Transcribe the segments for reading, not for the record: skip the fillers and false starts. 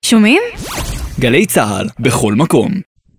שומעים? גלי צהל בכל מקום.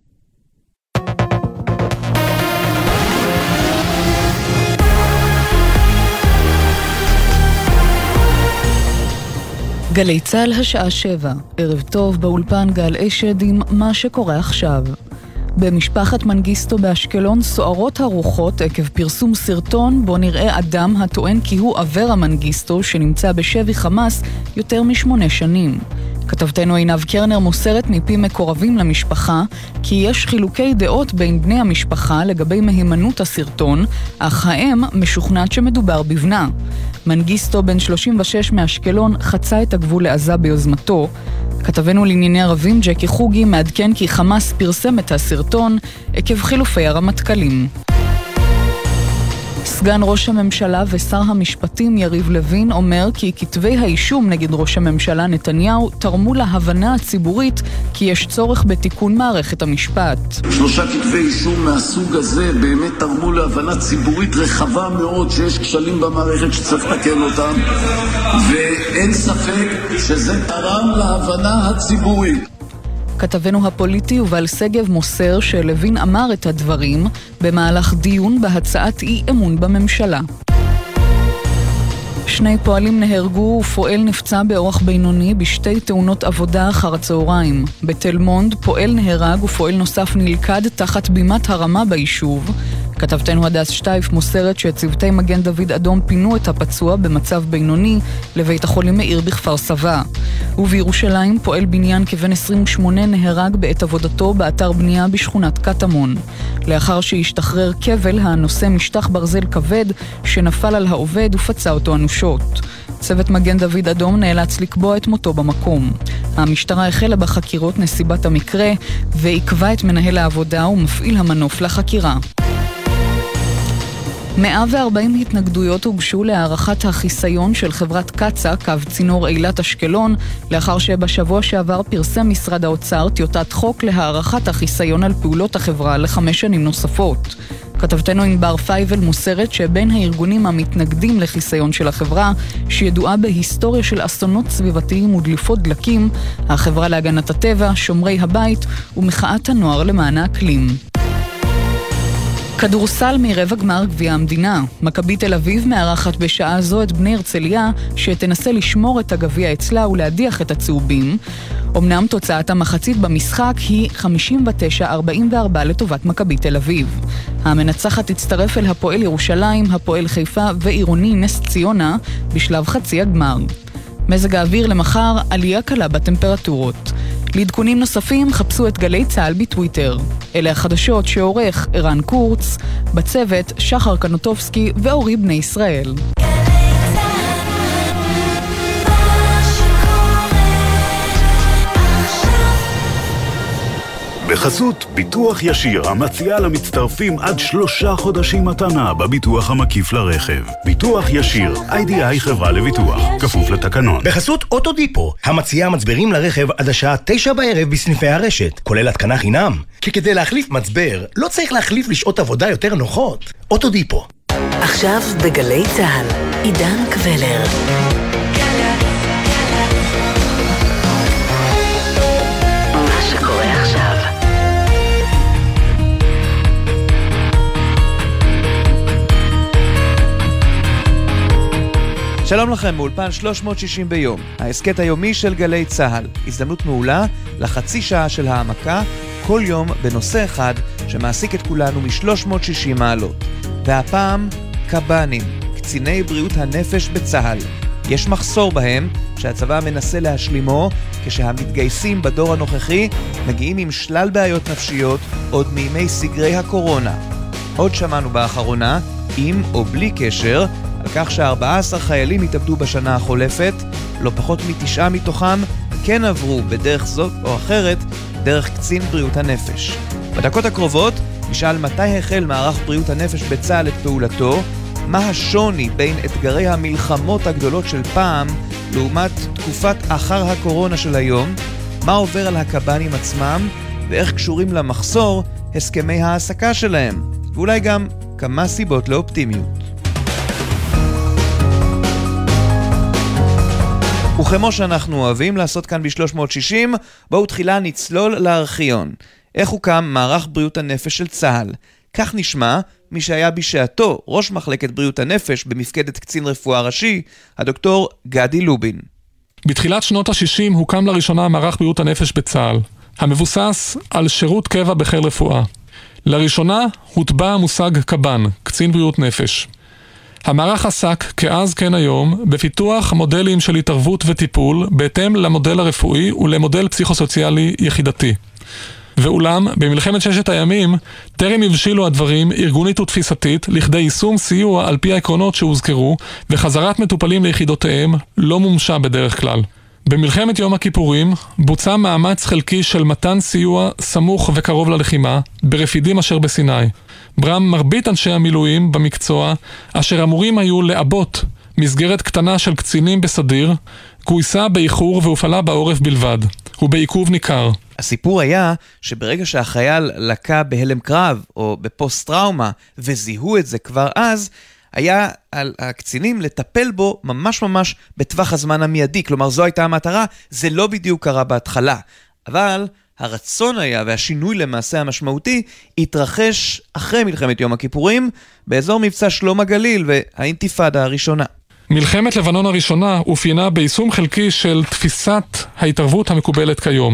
גלי צהל השעה 7, ערב טוב באולפן גל אשד עם מה שקורה עכשיו. במשפחת מנגיסטו באשקלון סוערות הרוחות עקב פרסום סרטון בו נראה אדם הטוען כי הוא אברה מנגיסטו שנמצא בשבי חמאס יותר מ8 שנים. כתבתנו עינב קרנר מוסרת מפי מקורבים למשפחה כי יש חילוקי דעות בין בני המשפחה לגבי מהימנות הסרטון, אך האם משוכנעת שמדובר בבנה. מנגיסטו בן 36 מאשקלון חצה את הגבול לעזה ביוזמתו. כתבנו לענייני ערבים ג'קי חוגי מעדכן כי חמאס פרסם את הסרטון עקב חילופי הרמטכ"לים. סגן ראש הממשלה ושר המשפטים יריב לוין אומר כי כתבי האישום נגד ראש הממשלה נתניהו תרמו להבנה הציבורית כי יש צורך בתיקון מערכת המשפט. 3 כתבי אישום מהסוג הזה באמת תרמו להבנה ציבורית רחבה מאוד שיש כשלים במערכת שצריך לתקן אותם, ואין ספק שזה תרם להבנה הציבורית. כתבנו הפוליטי יובל סגב מוסר שלוין אמר את הדברים במהלך דיון בהצעת אי אמון בממשלה. 2 פועלים נהרגו ופועל נפצע באורח בינוני בשתי תאונות עבודה אחר הצהריים. בתל מונד פועל נהרג ופועל נוסף נלכד תחת בימת הרמה ביישוב. כתבתנו הדס שטייף מוסרת שצוותי מגן דוד אדום פינו את הפצוע במצב בינוני לבית החולים מאיר בכפר סבא. ובירושלים פועל בניין כבן 28 נהרג בעת עבודתו באתר בנייה בשכונת קטמון. לאחר שהשתחרר כבל הנושא משטח ברזל כבד שנפל על העובד ופצע אותו אנושות. צוות מגן דוד אדום נאלץ לקבוע את מותו במקום. המשטרה החלה בחקירות נסיבת המקרה ועקבה את מנהל העבודה ומפעיל המנוף לחקירה. 140 התנגדויות הוגשו להארכת החיסיון של חברת קצה, קו צינור אילת אשקלון, לאחר שבשבוע שעבר פרסם משרד האוצר טיוטת חוק להארכת החיסיון על פעולות החברה ל5 שנים נוספות. כתבתנו ענבר פייבל מוסרת שבין הארגונים המתנגדים לחיסיון של החברה, שידועה בהיסטוריה של אסונות סביבתיים ודליפות דלקים, החברה להגנת הטבע, שומרי הבית ומחאת הנוער למען האקלים. כדורסל מרבע גמר גביע המדינה. מכבי תל אביב מארחת בשעה זו את בני הרצליה שתנסה לשמור את הגביע אצלה ולהדיח את הצהובים. אמנם תוצאת המחצית במשחק היא 59-44 לטובת מכבי תל אביב. המנצחת תצטרף אל הפועל ירושלים, הפועל חיפה ועירוני נס ציונה בשלב חצי הגמר. מזג האוויר למחר, עלייה קלה בטמפרטורות. לעדכונים נוספים חפשו את גלי צהל בטוויטר. אלה החדשות שעורך ערן קורץ, בצוות שחר קנוטובסקי ואורי בני ישראל. בחסות ביטוח ישיר המציע למצטרפים עד 3 חודשים מתנה בביטוח המקיף לרכב. ביטוח ישיר, IDI חברה לביטוח, כפוף לתקנון. בחסות אוטודיפו, המציע מצברים לרכב עד השעה 9 בערב בסניפי הרשת, כולל התקנה חינם. כי כדי להחליף מצבר, לא צריך להחליף לשעות עבודה יותר נוחות. אוטודיפו. עכשיו בגלי צהל, עידן קבלר. שלום לכם, מאולפן 360 ביום, העסקת היומי של גלי צהל. הזדמנות מעולה לחצי שעה של העמקה, כל יום בנושא אחד שמעסיק את כולנו מ-360 מעלות. והפעם, קב"נים, קציני בריאות הנפש בצהל. יש מחסור בהם שהצבא מנסה להשלימו כשהמתגייסים בדור הנוכחי מגיעים עם שלל בעיות נפשיות עוד מימי סגרי הקורונה. עוד שמענו באחרונה, עם או בלי קשר, על כך ש14 חיילים התאבדו בשנה החולפת, לא פחות מ9 מתוכם כן עברו בדרך זאת או אחרת דרך קצין בריאות הנפש. בדקות הקרובות נשאל מתי החל מערך בריאות הנפש בצה"ל את פעולתו, מה השוני בין אתגרי המלחמות הגדולות של פעם לעומת תקופת אחר הקורונה של היום, מה עובר על הקב"נים עצמם ואיך קשורים למחסור הסכמי העסקה שלהם, ואולי גם כמה סיבות לאופטימיות. וכמו שאנחנו אוהבים לעשות כאן ב-360, בואו תחילה נצלול לארכיון. איך הוקם מערך בריאות הנפש של צה"ל? כך נשמע מי שהיה בשעתו ראש מחלקת בריאות הנפש במפקדת קצין רפואה ראשי, הדוקטור גדי לובין. בתחילת שנות ה-60 הוקם לראשונה מערך בריאות הנפש בצה"ל, המבוסס על שירות קבע בחיל רפואה. לראשונה הוטבע המושג קב"ן, קצין בריאות נפש. המערך עסק, כאז כן היום, בפיתוח מודלים של התערבות וטיפול בהתאם למודל הרפואי ולמודל פסיכוסוציאלי יחידתי. ואולם, במלחמת ששת הימים, טרם הבשילו הדברים ארגונית ותפיסתית לכדי יישום סיוע על פי העקרונות שהוזכרו, וחזרת מטופלים ליחידותיהם לא מומשה בדרך כלל. במלחמת יום הכיפורים בוצע מאמץ חלקי של מתן סיוע סמוך וקרוב ללחימה ברפידים אשר בסיני. ברם מרבית אנשי המילואים במקצוע אשר אמורים היו לעבות מסגרת קטנה של קצינים בסדיר, גויסה באיחור והופעלה בעורף בלבד, ובעיכוב ניכר. הסיפור היה שברגע שהחייל לקה בהלם קרב או בפוסט טראומה וזיהו את זה כבר אז, היה על הקצינים לטפל בו ממש בטווח הזמן המיידי. כלומר, זו הייתה המטרה, זה לא בדיוק קרה בהתחלה. אבל הרצון היה והשינוי למעשה המשמעותי התרחש אחרי מלחמת יום הכיפורים באזור מבצע שלום הגליל והאינתיפאדה הראשונה. מלחמת לבנון הראשונה אופיינה ביישום חלקי של תפיסת ההתערבות המקובלת כיום.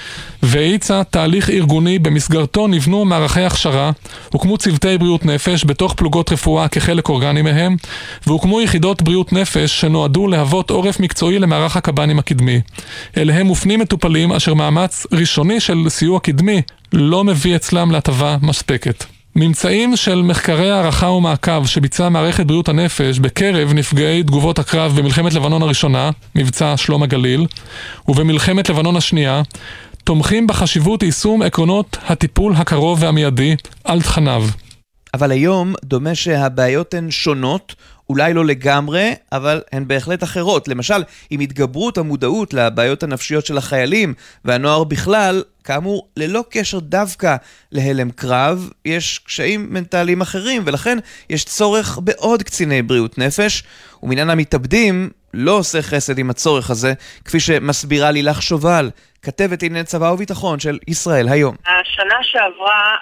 והאיצה תהליך ארגוני במסגרתו נבנו מערכי הכשרה, הוקמו צוותי בריאות נפש בתוך פלוגות רפואה כחלק אורגני מהם, והוקמו יחידות בריאות נפש שנועדו להוות עורף מקצועי למערך הקב"נים הקדמי. אליהם מופנים מטופלים אשר מאמץ ראשוני של סיוע קדמי לא מביא אצלם להטבה מספקת. ממצאים של מחקרי הערכה ומעקב שביצעה מערכת בריאות הנפש בקרב נפגעי תגובות הקרב במלחמת לבנון הראשונה, מבצע שלום הגליל, ובמלחמת לבנון השנייה, תומכים בחשיבות יישום עקרונות הטיפול הקרוב והמיידי על תכניו. אבל היום דומה שהבעיות הן שונות, אולי לא לגמרי, אבל הן בהחלט אחרות. למשל, עם התגברות המודעות לבעיות הנפשיות של החיילים והנוער בכלל, כאמור, ללא קשר דווקא להלם קרב, יש קשיים מנטליים אחרים, ולכן יש צורך בעוד קציני בריאות נפש, ומעניין המתאבדים לא עושה חסד עם הצורך הזה, כפי שמסבירה לילך שובל, כתבת ענייני צבא וביטחון של ישראל היום. השנה שעברה,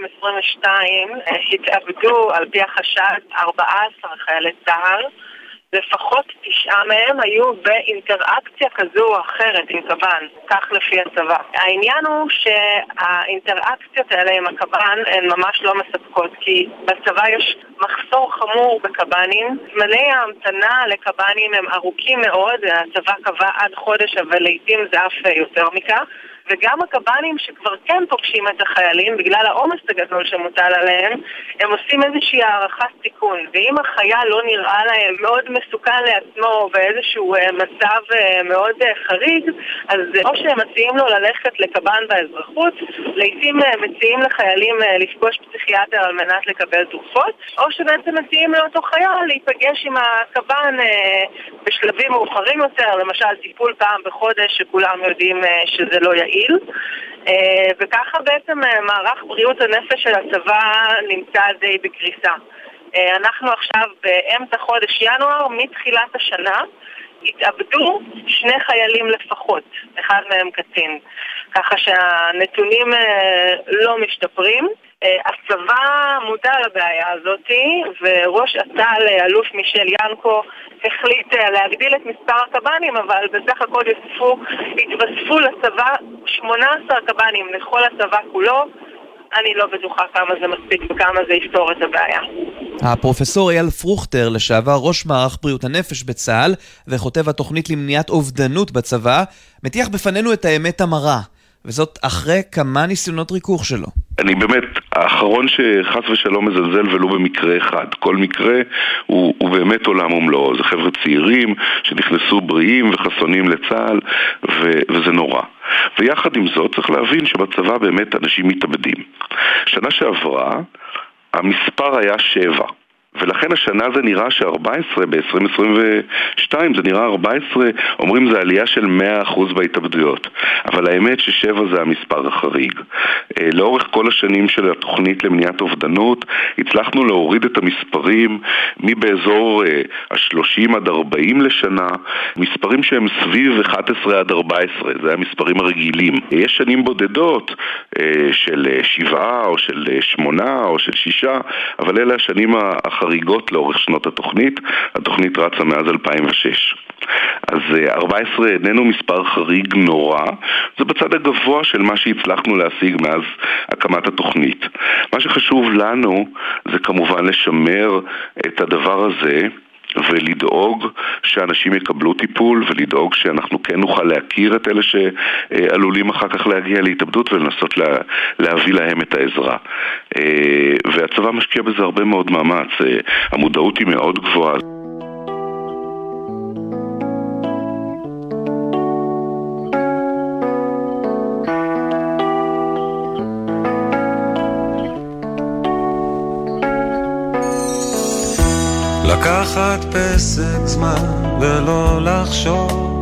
2022, התאבדו על פי החשד 14 חיילי צה"ל, לפחות 9 מהם היו באינטראקציה כזו או אחרת עם קב"ן, כך לפי הצבא. העניין הוא שהאינטראקציות האלה עם הקב"ן הן ממש לא מספקות, כי בצבא יש מחסור חמור בקב"נים. זמני ההמתנה לקב"נים הם ארוכים מאוד, הצבא קבע עד חודש, אבל לעתים זה אף יותר מכך. וגם הקב"נים שכבר כן פוגשים את החיילים, בגלל העומס הגדול שמוטל עליהם, הם עושים איזושהי הערכת סיכון. ואם החייל לא נראה להם מאוד מסוכן לעצמו ואיזשהו מצב מאוד חריג, אז או שהם מציעים לו ללכת לקב"ן באזרחות, לעתים מציעים לחיילים לפגוש פסיכיאטר על מנת לקבל תרופות, או שבעצם מציעים לאותו חייל להיפגש עם הקב"ן בשלבים מאוחרים יותר, למשל טיפול פעם בחודש שכולם יודעים שזה לא יעיל. וככה בעצם מערך בריאות הנפש של הצבא נמצא די בקריסה. אנחנו עכשיו באמצע חודש ינואר, מתחילת השנה, התאבדו 2 חיילים לפחות, אחד מהם קצין. ככה שהנתונים לא משתפרים. הצבא מודע לבעיה הזאת, וראש אט"ל, אלוף מישל ינקו, החליט להגדיל את מספר הקב"נים, אבל בסך הכל התווספו לצבא 18 קב"נים לכל הצבא כולו. אני לא בטוחה כמה זה מספיק וכמה זה יפתור את הבעיה. הפרופסור אייל פרוכטר, לשעבר ראש מערך בריאות הנפש בצה"ל וכותב התוכנית למניעת אובדנות בצבא, מטיח בפנינו את האמת המרה, וזאת אחרי כמה ניסיונות ריכוך שלו. אני באמת האחרון שחס ושלום מזלזל ולא במקרה אחד. כל מקרה הוא באמת עולם ומלואו. זה חבר'ה צעירים שנכנסו בריאים וחסונים לצה"ל, וזה נורא. ויחד עם זאת צריך להבין שבצבא באמת אנשים מתאבדים. שנה שעברה המספר היה 7. ולכן השנה זה נראה ש-14, ב-2022 זה נראה 14, אומרים זה עלייה של 100% בהתאבדויות. אבל האמת ש7 זה המספר החריג. לאורך כל השנים של התוכנית למניעת אובדנות, הצלחנו להוריד את המספרים מבאזור ה-30 עד 40 לשנה, מספרים שהם סביב 11 עד 14, זה המספרים הרגילים. יש שנים בודדות של 7 או של 8 או של 6, אבל אלה השנים החריגות לאורך שנות התוכנית. התוכנית רצה מאז 2006. אז 14 איננו מספר חריג נורא, זה בצד הגבוה של מה שהצלחנו להשיג מאז הקמת התוכנית. מה שחשוב לנו זה כמובן לשמר את הדבר הזה ולדאוג שאנשים יקבלו טיפול, ולדאוג שאנחנו כן נוכל להכיר את אלה שעלולים אחר כך להגיע להתאבדות ולנסות להביא להם את העזרה. והצבא משקיע בזה הרבה מאוד מאמץ, המודעות היא מאוד גבוהה. לקחת פסק זמן ולא לחשוב,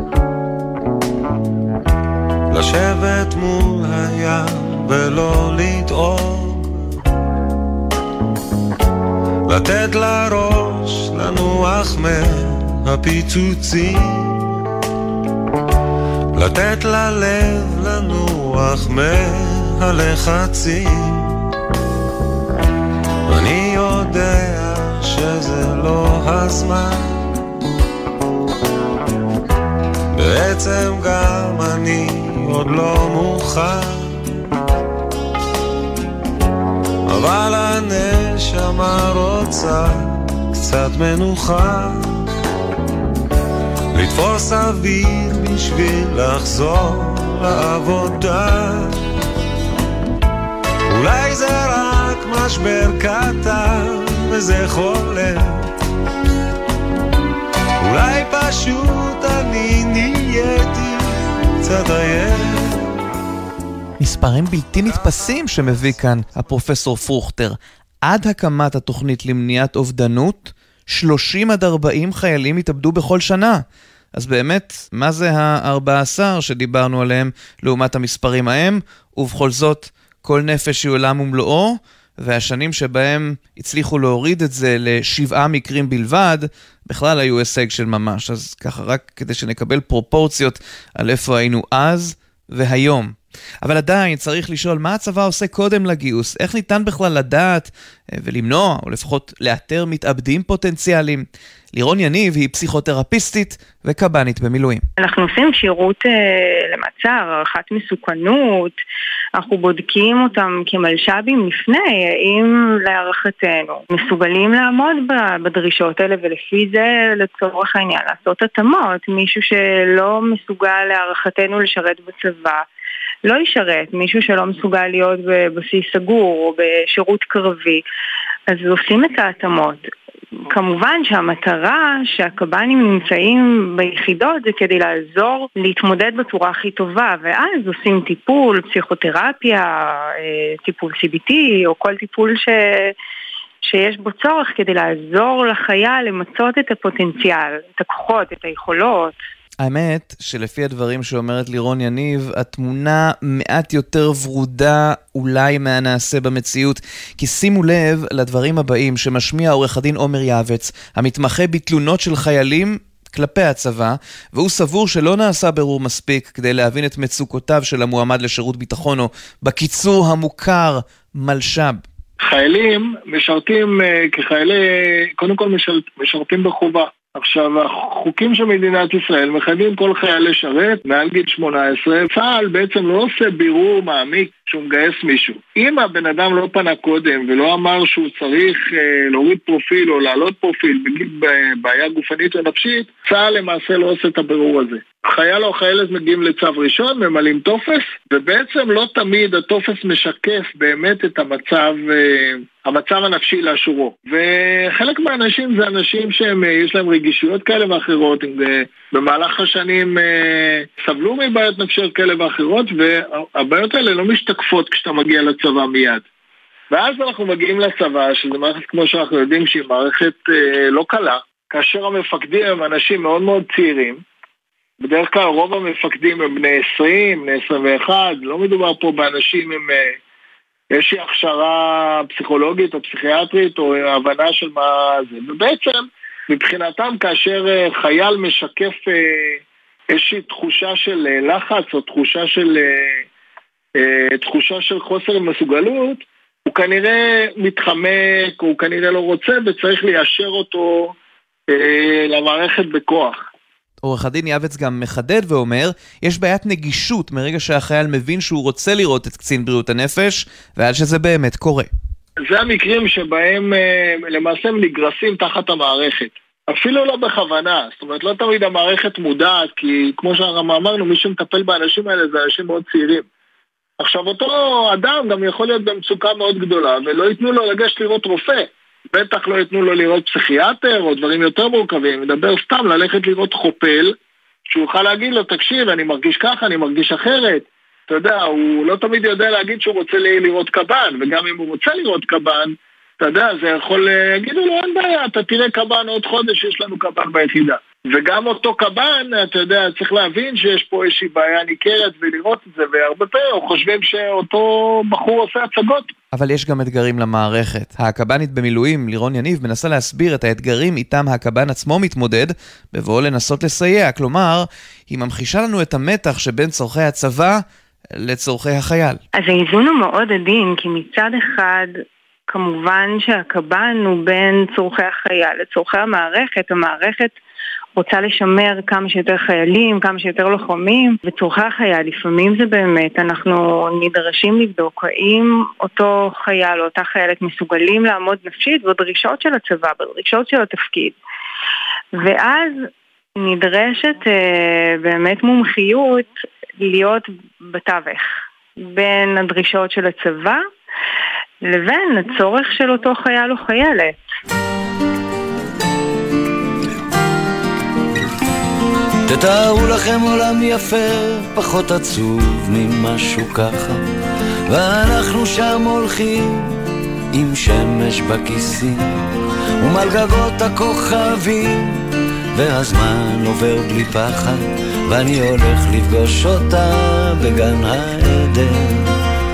לשבת מול הים ולא לדאוג, לתת לראש לנוח מהפיצוצים, לתת ללב לנוח מהלחצים. אני יודע שזה לא הזמן, בעצם גם אני עוד לא מוכן, אבל הנשמה רוצה קצת מנוחה, לתפוס אוויר בשביל לחזור לעבודה. אולי זה רק משבר קטן וזה חולה, אולי פשוט אני נהייתי קצת עייף. מספרים בלתי נתפסים שמביא כאן הפרופסור פרוכטר. עד הקמת התוכנית למניעת אובדנות, 30 עד 40 חיילים התאבדו בכל שנה. אז באמת, מה זה ה-14 שדיברנו עליהם לעומת המספרים ההם? ובכל זאת, כל נפש היא עולם ומלואו, והשנים שבהם הצליחו להוריד את זה ל7 מקרים בלבד, בכלל היו הישג של ממש. אז ככה רק כדי שנקבל פרופורציות על איפה היינו אז והיום. אבל עדיין צריך לשאול מה הצבא עושה קודם לגיוס, איך ניתן בכלל לדעת ולמנוע, או לפחות לאתר מתאבדים פוטנציאליים. לירון יניב היא פסיכותרפיסטית וקב"נית במילואים. אנחנו עושים שירות למעצר, הערכת מסוכנות, אנחנו בודקים אותם כמלש"בים לפני, האם להערכתנו מסוגלים לעמוד בדרישות האלה, ולפי זה לצורך העניין לעשות התאמות. מישהו שלא מסוגל להערכתנו לשרת בצבא לא ישרת, מישהו שלא מסוגל להיות בבסיס סגור או בשירות קרבי, אז עושים את ההתאמות. כמובן שהמטרה שהקב"נים נמצאים ביחידות זה כדי לעזור להתמודד בצורה הכי טובה, ואז עושים טיפול, פסיכותרפיה, טיפול CBT או כל טיפול שיש בו צורך כדי לעזור לחייל למצות את הפוטנציאל, את הכוחות, את היכולות. האמת שלפי הדברים שאומרת לירון יניב, התמונה מעט יותר ורודה אולי מהנעשה במציאות, כי שימו לב לדברים הבאים שמשמיע עורך הדין עומר יעבץ, המתמחה בתלונות של חיילים כלפי הצבא, והוא סבור שלא נעשה ברור מספיק כדי להבין את מצוקותיו של המועמד לשירות ביטחון, או בקיצור המוכר מלש"ב. חיילים משרתים כחיילי, קודם כל משרתים בחובה. עכשיו, החוקים של מדינת ישראל מחייבים כל חייל לשרת מעל גיל 18. צה"ל בעצם לא עושה בירור מעמיק שהוא מגייס מישהו. אם הבן אדם לא פנה קודם ולא אמר שהוא צריך להוריד פרופיל או לעלות פרופיל בגיל בעיה גופנית או נפשית, צה"ל למעשה לא עושה את הבירור הזה. חייל או חיילת מגיעים לצו ראשון, ממלאים טופס, ובעצם לא תמיד הטופס משקף באמת את המצב הנפשי לאשורו. וחלק מהאנשים זה אנשים שיש להם רגישויות כאלה ואחרות, במהלך השנים סבלו מבעיות נפשיות כאלה ואחרות, והבעיות האלה לא משתקפות כשאתה מגיע לצבא מיד. ואז אנחנו מגיעים לצבא, שזו מערכת כמו שאנחנו יודעים שהיא מערכת לא קלה, כאשר המפקדים הם אנשים מאוד מאוד צעירים, בדרך כלל רוב המפקדים הם בני 20, בני 21, לא מדובר פה באנשים עם איזושהי הכשרה פסיכולוגית או פסיכיאטרית או הבנה של מה זה. ובעצם מבחינתם כאשר חייל משקף איזושהי תחושה של לחץ או תחושה של חוסר מסוגלות, הוא כנראה מתחמק, הוא כנראה לא רוצה וצריך ליישר אותו למערכת בכוח. עורך הדין יעבץ גם מחדד ואומר, יש בעיית נגישות מרגע שהחייל מבין שהוא רוצה לראות את קצין בריאות הנפש, ועד שזה באמת קורה. זה המקרים שבהם למעשה הם נגרסים תחת המערכת. אפילו לא בכוונה, זאת אומרת לא תמיד המערכת מודעת, כי כמו שאמרנו, מי שמטפל באנשים האלה זה אנשים מאוד צעירים. עכשיו אותו אדם גם יכול להיות במצוקה מאוד גדולה, ולא ייתנו לו לגשת לראות רופא. בטח לא ייתנו לו לראות פסיכיאטר או דברים יותר מורכבים, מדבר סתם ללכת לראות חופל, שהוא יוכל להגיד לו, תקשיב, אני מרגיש ככה, אני מרגיש אחרת. אתה יודע, הוא לא תמיד יודע להגיד שהוא רוצה לראות קב"ן, וגם אם הוא רוצה לראות קב"ן, אתה יודע, זה יכול להגידו לו, אין בעיה, אתה תראה קב"ן עוד חודש, יש לנו קב"ן ביחידה. וגם אותו קב"ן, אתה יודע, צריך להבין שיש פה איזושהי בעיה ניכרת ולראות את זה, והרבה פעמים חושבים שאותו בחור עושה הצגות. אבל יש גם אתגרים למערכת. הקב"נית במילואים, לירון יניב, מנסה להסביר את האתגרים איתם הקב"ן עצמו מתמודד, בבואו לנסות לסייע. כלומר, היא ממחישה לנו את המתח שבין צורכי הצבא לצורכי החייל. אז האיזון הוא מאוד עדין, כי מצד אחד כמובן שהקב"ן הוא בין צורכי החייל לצורכי המערכת. המערכת רוצה לשמר כמה שיותר חיילים, כמה שיותר לוחמים, וצורכי החייל לפעמים זה באמת, אנחנו נדרשים לבדוק האם אותו חייל או אותה חיילת מסוגלים לעמוד נפשית בדרישות של הצבא, בדרישות של התפקיד. ואז נדרשת באמת מומחיות להיות בתווך בין הדרישות של הצבא לבין הצורך של אותו חייל או חיילת. תתארו לכם עולם יפה, פחות עצוב ממשהו ככה, ואנחנו שם הולכים עם שמש בכיסים ומעל גגות הכוכבים, והזמן עובר בלי פחד, ואני הולך לפגוש אותה בגן העדן.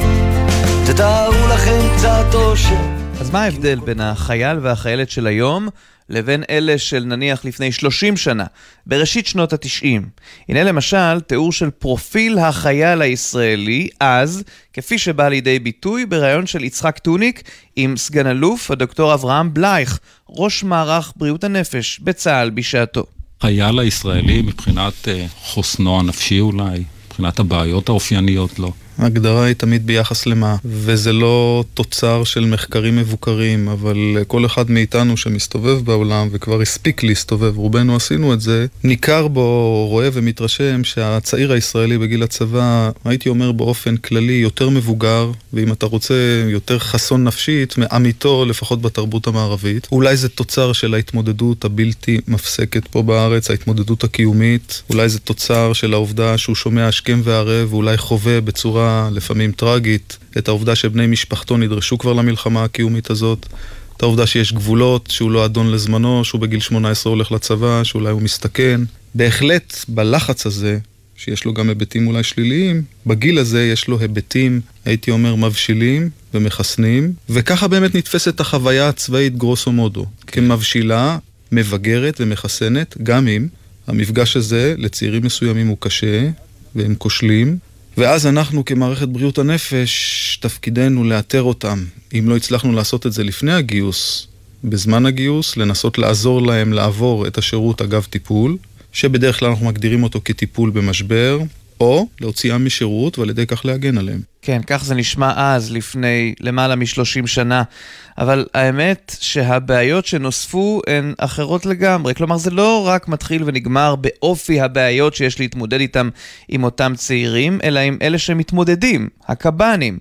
תתארו לכם קצת אושר. אז מה ההבדל בין החייל והחיילת של היום לבין אלה של נניח לפני 30 שנה, בראשית שנות ה-90? הנה למשל תיאור של פרופיל החייל הישראלי אז, כפי שבא לידי ביטוי ברעיון של יצחק טוניק עם סגן אלוף הדוקטור אברהם בלייך, ראש מערך בריאות הנפש בצה"ל בשעתו. חייל הישראלי מבחינת חוסנו הנפשי אולי, מבחינת הבעיות האופייניות לו. ההגדרה היא תמיד ביחס למה, וזה לא תוצר של מחקרים מבוקרים, אבל כל אחד מאיתנו שמסתובב בעולם וכבר הספיק להסתובב, רובנו עשינו את זה, ניכר בו, רואה ומתרשם שהצעיר הישראלי בגיל הצבא, הייתי אומר באופן כללי, יותר מבוגר, ואם אתה רוצה יותר חסון נפשית, מעמיתו לפחות בתרבות המערבית. אולי זה תוצר של ההתמודדות הבלתי מפסקת פה בארץ, ההתמודדות הקיומית, אולי זה תוצר של העובדה שהוא שומע השכם והערב, ואולי חווה בצורה לפעמים טרגית, את העובדה שבני משפחתו נדרשו כבר למלחמה הקיומית הזאת, את העובדה שיש גבולות, שהוא לא אדון לזמנו, שהוא בגיל 18 הולך לצבא, שאולי הוא מסתכן. בהחלט בלחץ הזה, שיש לו גם היבטים אולי שליליים, בגיל הזה יש לו היבטים, הייתי אומר, מבשילים ומחסנים, וככה באמת נתפסת החוויה הצבאית גרוסו מודו, כמבשילה, מבגרת ומחסנת, גם אם המפגש הזה לצעירים מסוימים הוא קשה, והם כושלים, ואז אנחנו כמערכת בריאות הנפש, תפקידנו לאתר אותם. אם לא הצלחנו לעשות את זה לפני הגיוס, בזמן הגיוס, לנסות לעזור להם לעבור את השירות אגב טיפול, שבדרך כלל אנחנו מגדירים אותו כטיפול במשבר, או להוציאם משירות ועל ידי כך להגן עליהם. כן, כך זה נשמע אז, לפני למעלה מ-30 שנה. אבל האמת שהבעיות שנוספו הן אחרות לגמרי. כלומר, זה לא רק מתחיל ונגמר באופי הבעיות שיש להתמודד איתם עם אותם צעירים, אלא עם אלה שמתמודדים, הקב"נים,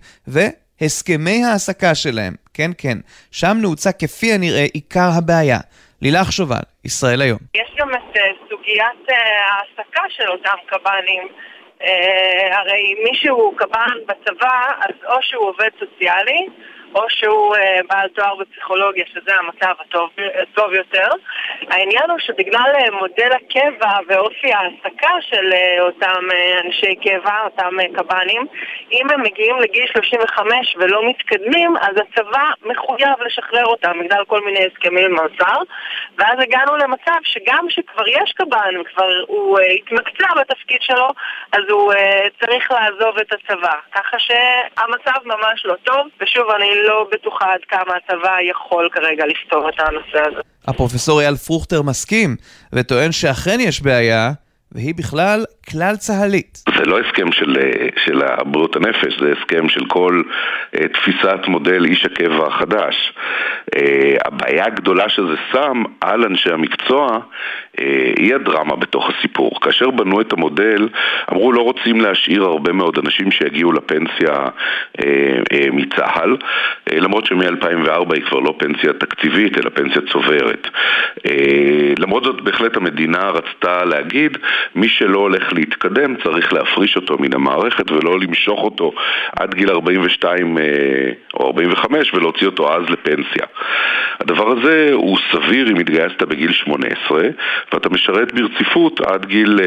והסכמי העסקה שלהם. כן, כן. שם נעוצה כפי הנראה עיקר הבעיה. לילך שובל, ישראל היום. יש גם את סוגיית העסקה של אותם קב"נים. הרי מי שהוא קב"ן בצבא, אז או שהוא עובד סוציאלי, או שהוא בעל תואר בפסיכולוגיה, שזה המצב הטוב יותר. העניין הוא שבגלל מודל הקבע ואופי העסקה של אותם אנשי קבע, אותם קב"נים, אם הם מגיעים לגיל 35 ולא מתקדמים, אז הצבא מחויב לשחרר אותם בגלל כל מיני הסכמים עם האוצר, ואז הגענו למצב שגם שכבר יש קב"ן וכבר הוא התמקצע בתפקיד שלו, אז הוא צריך לעזוב את הצבא. ככה שהמצב ממש לא טוב, ושוב אני לא בטוחה עד כמה הצבא יכול כרגע לפתור את הנושא הזה. הפרופסור אייל פרוכטר מסכים וטוען שאכן יש בעיה, והיא בכלל כלל צהלית. זה לא הסכם של הבריאות הנפש, זה הסכם של כל תפיסת מודל איש הקבע החדש. הבעיה הגדולה שזה שם על אנשי המקצוע היא הדרמה בתוך הסיפור. כאשר בנו את המודל, אמרו לא רוצים להשאיר הרבה מאוד אנשים שיגיעו לפנסיה מצה"ל, למרות שמ-2004 היא כבר לא פנסיה תקציבית, אלא פנסיה צוברת. למרות זאת בהחלט המדינה רצתה להגיד, מי שלא הולך להתקדם צריך להפריש אותו מן המערכת ולא למשוך אותו עד גיל 42 או 45 ולהוציא אותו אז לפנסיה. הדבר הזה הוא סביר אם התגייסת בגיל 18 ואתה משרת ברציפות עד גיל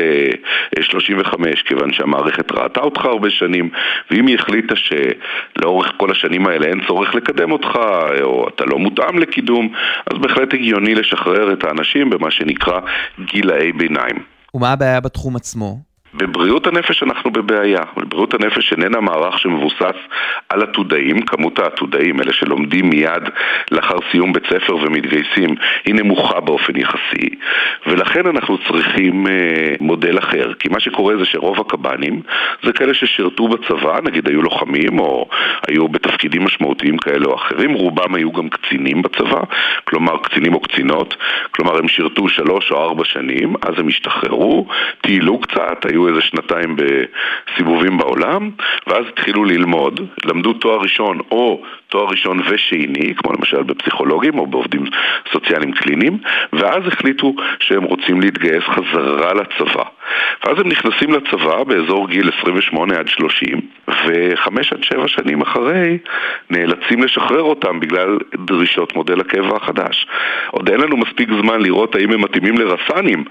35, כיוון שהמערכת ראתה אותך הרבה שנים, ואם היא החליטה שלאורך כל השנים האלה אין צורך לקדם אותך או אתה לא מותאם לקידום, אז בהחלט הגיוני לשחרר את האנשים במה שנקרא גילאי ביניים. ומה הבעיה בתחום עצמו? בבריאות הנפש אנחנו בבעיה. בבריאות הנפש איננה מערך שמבוסס על עתודאים, כמות העתודאים, אלה שלומדים מיד לאחר סיום בית ספר ומתגייסים, היא נמוכה באופן יחסי, ולכן אנחנו צריכים מודל אחר, כי מה שקורה זה שרוב הקב"נים זה כאלה ששירתו בצבא, נגיד היו לוחמים או היו בתפקידים משמעותיים כאלה או אחרים, רובם היו גם קצינים בצבא, כלומר קצינים או קצינות, כלומר הם שירתו 3 או 4 שנים, אז הם השתחררו, טיילו קצת, היו איזה שנתיים בסיבובים בעולם, ואז התחילו ללמוד, למדו תואר ראשון או תואר ראשון ושני, כמו למשל בפסיכולוגים או בעובדים סוציאליים קליניים, ואז החליטו שהם רוצים להתגייס חזרה לצבא. ואז הם נכנסים לצבא באזור גיל 28 עד 30, ו5 עד 7 שנים אחרי נאלצים לשחרר אותם בגלל דרישות מודל הקבע החדש. עוד אין לנו מספיק זמן לראות האם הם מתאימים לרס"נים,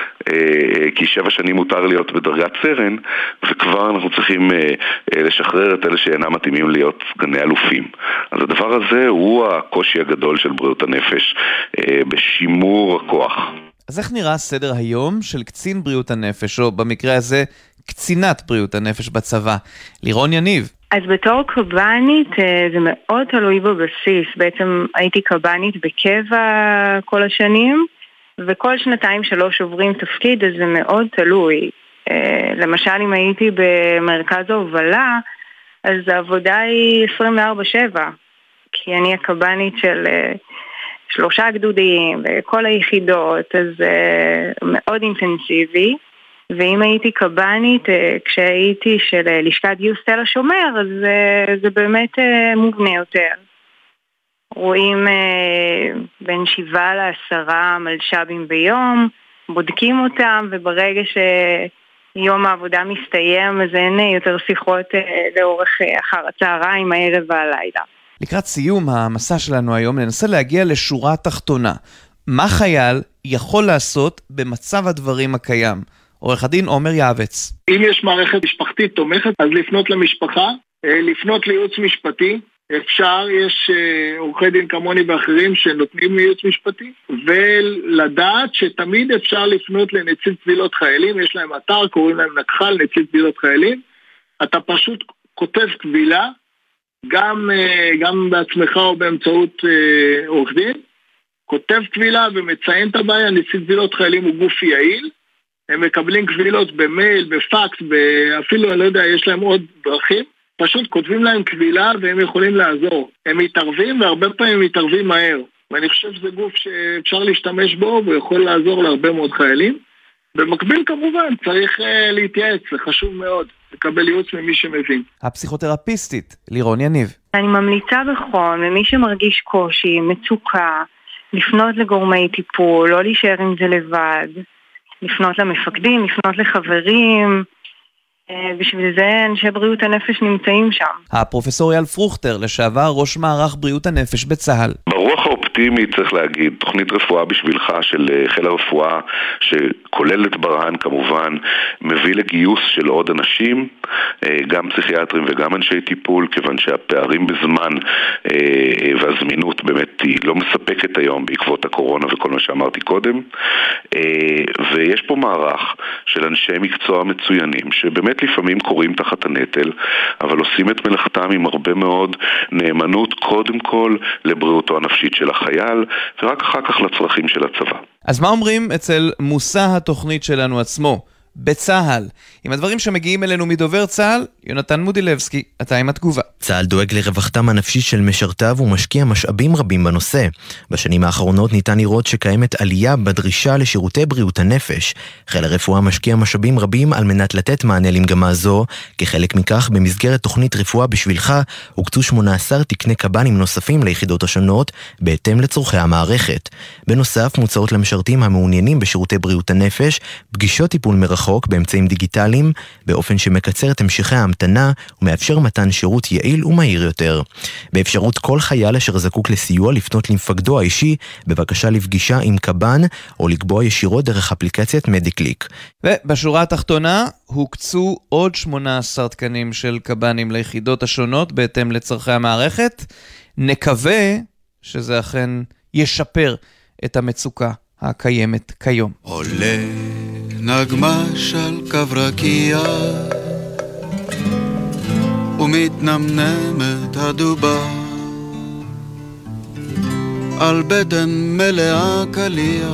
כי 7 שנים מותר להיות בדרגת סרן, וכבר אנחנו צריכים לשחרר את אלה שאינם מתאימים להיות סגני אלופים. אז הדבר הזה הוא הקושי הגדול של בריאות הנפש בשימור הכוח. אז איך נראה סדר היום של קצין בריאות הנפש, או במקרה הזה קצינת בריאות הנפש בצבא? לירון יניב. אז בתור קב"נית זה מאוד תלוי בבסיס. בעצם הייתי קב"נית בקבע כל השנים, וכל 2-3 עוברים תפקיד, אז זה מאוד תלוי. למשל אם הייתי במרכז ההובלה, אז העבודה היא 24/7, כי אני הקב"נית של 3 גדודים וכל היחידות, אז מאוד אינטנסיבי. ואם הייתי קב"נית כשהייתי של לשכת גיוס תל השומר, אז זה באמת מובנה יותר. רואים בין 7 ל10 מלש"בים ביום, בודקים אותם, וברגע שיום העבודה מסתיים, אז אין יותר שיחות לאורך אחר הצהריים, הערב והלילה. לקראת סיום המסע שלנו היום, ננסה להגיע לשורה תחתונה. מה חייל יכול לעשות במצב הדברים הקיים? עורך הדין עומר יעבץ. אם יש מערכת משפחתית תומכת, אז לפנות למשפחה, לפנות לייעוץ משפטי, אפשר, יש עורכי דין כמוני ואחרים שנותנים ייעוץ משפטי, ולדעת שתמיד אפשר לפנות לנציב קבילות חיילים, יש להם אתר, קוראים להם נקח"ל, נציב קבילות חיילים, אתה פשוט כותב קבילה, גם בעצמך או באמצעות עורך דין, כותב קבילה ומציין את הבעיה. נציב קבילות חיילים הוא גוף יעיל, הם מקבלים קבילות במייל, בפקס, אפילו אני לא יודע, יש להם עוד דרכים, פשוט כותבים להם קבילה והם יכולים לעזור. הם מתערבים והרבה פעמים מתערבים מהר, ואני חושב שזה גוף שאפשר להשתמש בו ויכול לעזור להרבה מאוד חיילים. במקביל כמובן צריך להתייעץ, זה חשוב מאוד, לקבל ייעוץ ממי שמבין. הפסיכותרפיסטית לירון יניב. אני ממליצה בחום למי שמרגיש קושי, מצוקה, לפנות לגורמי טיפול, לא להישאר עם זה לבד, לפנות למפקדים, לפנות לחברים, בשביל זה אנשי בריאות הנפש נמצאים שם. הפרופסור אייל פרוכטר, לשעבר ראש מערך בריאות הנפש בצה"ל. ברוח האופטימית צריך להגיד, תוכנית רפואה בשבילך של חיל הרפואה, שכולל את ברהן כמובן, מביא לגיוס של עוד אנשים, גם פסיכיאטרים וגם אנשי טיפול, כיוון שהפערים בזמן והזמינות באמת היא לא מספקת היום בעקבות הקורונה וכל מה שאמרתי קודם, ויש פה מערך של אנשי מקצוע מצוינים, שבאמת לפעמים קוראים תחת הנטל, אבל עושים את מלאכתם עם הרבה מאוד נאמנות, קודם כל לבריאותו הנפשית של החייל, ורק אחר כך לצרכים של הצבא. אז מה אומרים אצל מושא התוכנית שלנו עצמו, בצה"ל? עם הדברים שמגיעים אלינו מדובר צה"ל, יונתן מודילבסקי, אתה עם התגובה. צה"ל דואג לרווחתם הנפשית של משרתיו ומשקיע משאבים רבים בנושא. בשנים האחרונות ניתן לראות שקיימת עלייה בדרישה לשירותי בריאות הנפש. חיל הרפואה משקיע משאבים רבים על מנת לתת מענה למגמה זו. כחלק מכך, במסגרת תוכנית רפואה בשבילך, הוקצו 18 תקני קב"נים נוספים ליחידות השונות, בהתאם לצורכי המערכת. בנוסף, מוצעות למשרתים המעוניינים בשירותי בריאות הנפש, פגישות טיפול מרחוק באמצעים דיגיטליים, באופן שמקצר את המשכי ההמתנה ומאפשר מתן שירות יעיל ומהיר יותר. באפשרות כל חייל אשר זקוק לסיוע לפנות למפקדו האישי בבקשה לפגישה עם קב"ן או לקבוע ישירות דרך אפליקציית מדיקליק. ובשורה התחתונה הוקצו עוד 18 תקנים של קב"נים ליחידות השונות בהתאם לצרכי המערכת. נקווה שזה אכן ישפר את המצוקה הקיימת כיום. עולה נגמש על קברקיה ומתנמנמת הדובה על בטן מלאה קליה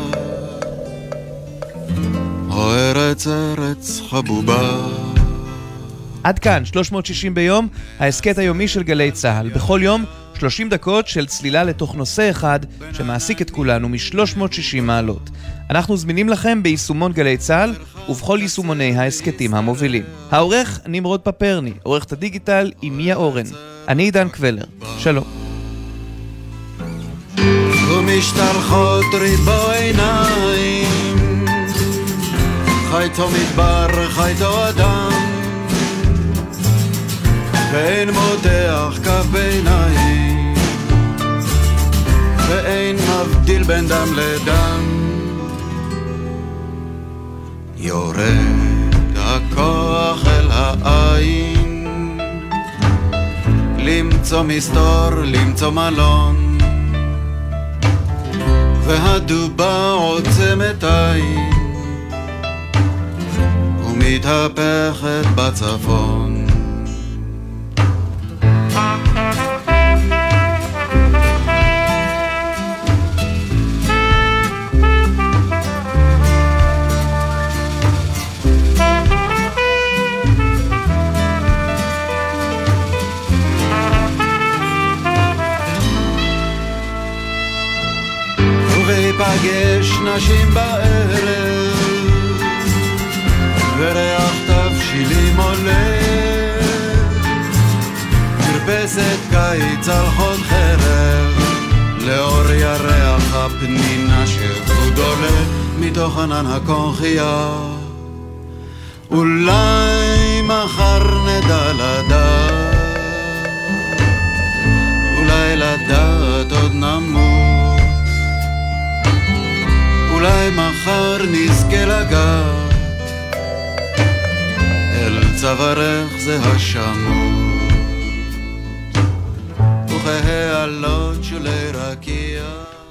או ארץ ארץ חבובה. עד כאן 360 ביום, ההסקט היומי של גלי צהל. בכל יום 30 דקות של צלילה לתוך נושא אחד שמעסיק את כולנו מ-360 מעלות. אנחנו זמינים לכם ביישומון גלי צהל ובכל יישומוני ההסקטים המובילים. העורך נמרוד פפרני, עורכת הדיגיטל אימיה אורן. אני עידן קבלר, שלום. ומשתלחות ריבו עיניים, חייתו מדבר, חייתו אדם, ואין מותח כף ביניים, ואין מבדיל בין דם לדם. יורד הכוח אל העין, למצוא מסתור, למצוא מלון, והדובה עוצמת עין ומתהפכת בצפון. פגש נשים בערב וריח תבשילים עולה, מרפסת קיץ על חוד חרב, לאור ירח הפנינה שפוד עולה מתוך ענן הקונחייה. אולי מחר נדע לדעת, אולי לדעת עוד נמות, אולי מחר נזכה לגעת אל צווארך זה השמות, וכהעלות שולי רקיע.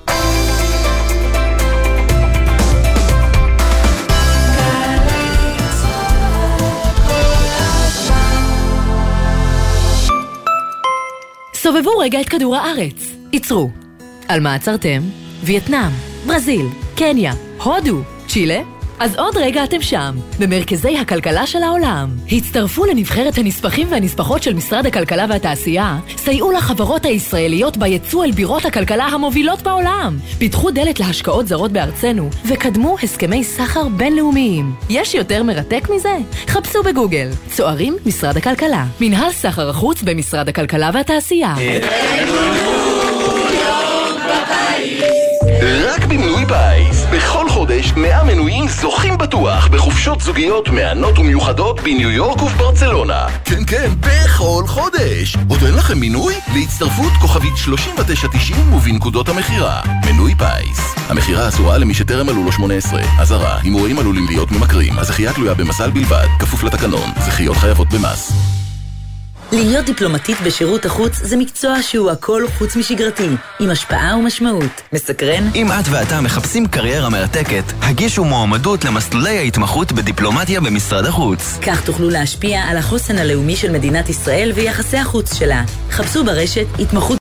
סובבו רגע את כדור הארץ. ייצרו. על מה עצרתם? וייטנאם, ברזיל, קניה, הודו, צ'ילה? אז עוד רגע אתם שם, במרכזי הכלכלה של העולם. הצטרפו לנבחרת הנספחים והנספחות של משרד הכלכלה והתעשייה, סייעו לחברות הישראליות ביצוא אל בירות הכלכלה המובילות בעולם, פיתחו דלת להשקעות זרות בארצנו, וקדמו הסכמי סחר בינלאומיים. יש יותר מרתק מזה? חפשו בגוגל, צוערים משרד הכלכלה, מנהל סחר החוץ במשרד הכלכלה והתעשייה. רק במנוי בייס, בכל חודש חודש 100 מנויים זוכים בטוח בחופשות זוגיות מהנות ומיוחדות בניו יורק ובברצלונה. כן, כן, בכל חודש. עוד אין לכם מינוי? להצטרפות כוכבית 3990 ובנקודות המחירה. מנוי פייס. המחירה אסורה למי שטרם מלאו לו 18. אזהרה, הימורים עלולים להיות ממכרים. הזכייה תלויה במזל בלבד, כפוף לתקנון. זכיות חייבות במס. להיות דיפלומטית בשירות החוץ זה מקצוע שהוא הכל חוץ משגרתי, עם השפעה ומשמעות. מסקרן? אם את ואתה מחפשים קריירה מרתקת, הגישו מועמדות למסלולי ההתמחות בדיפלומטיה במשרד החוץ. כך תוכלו להשפיע על החוסן הלאומי של מדינת ישראל ויחסי החוץ שלה. חפשו ברשת התמחות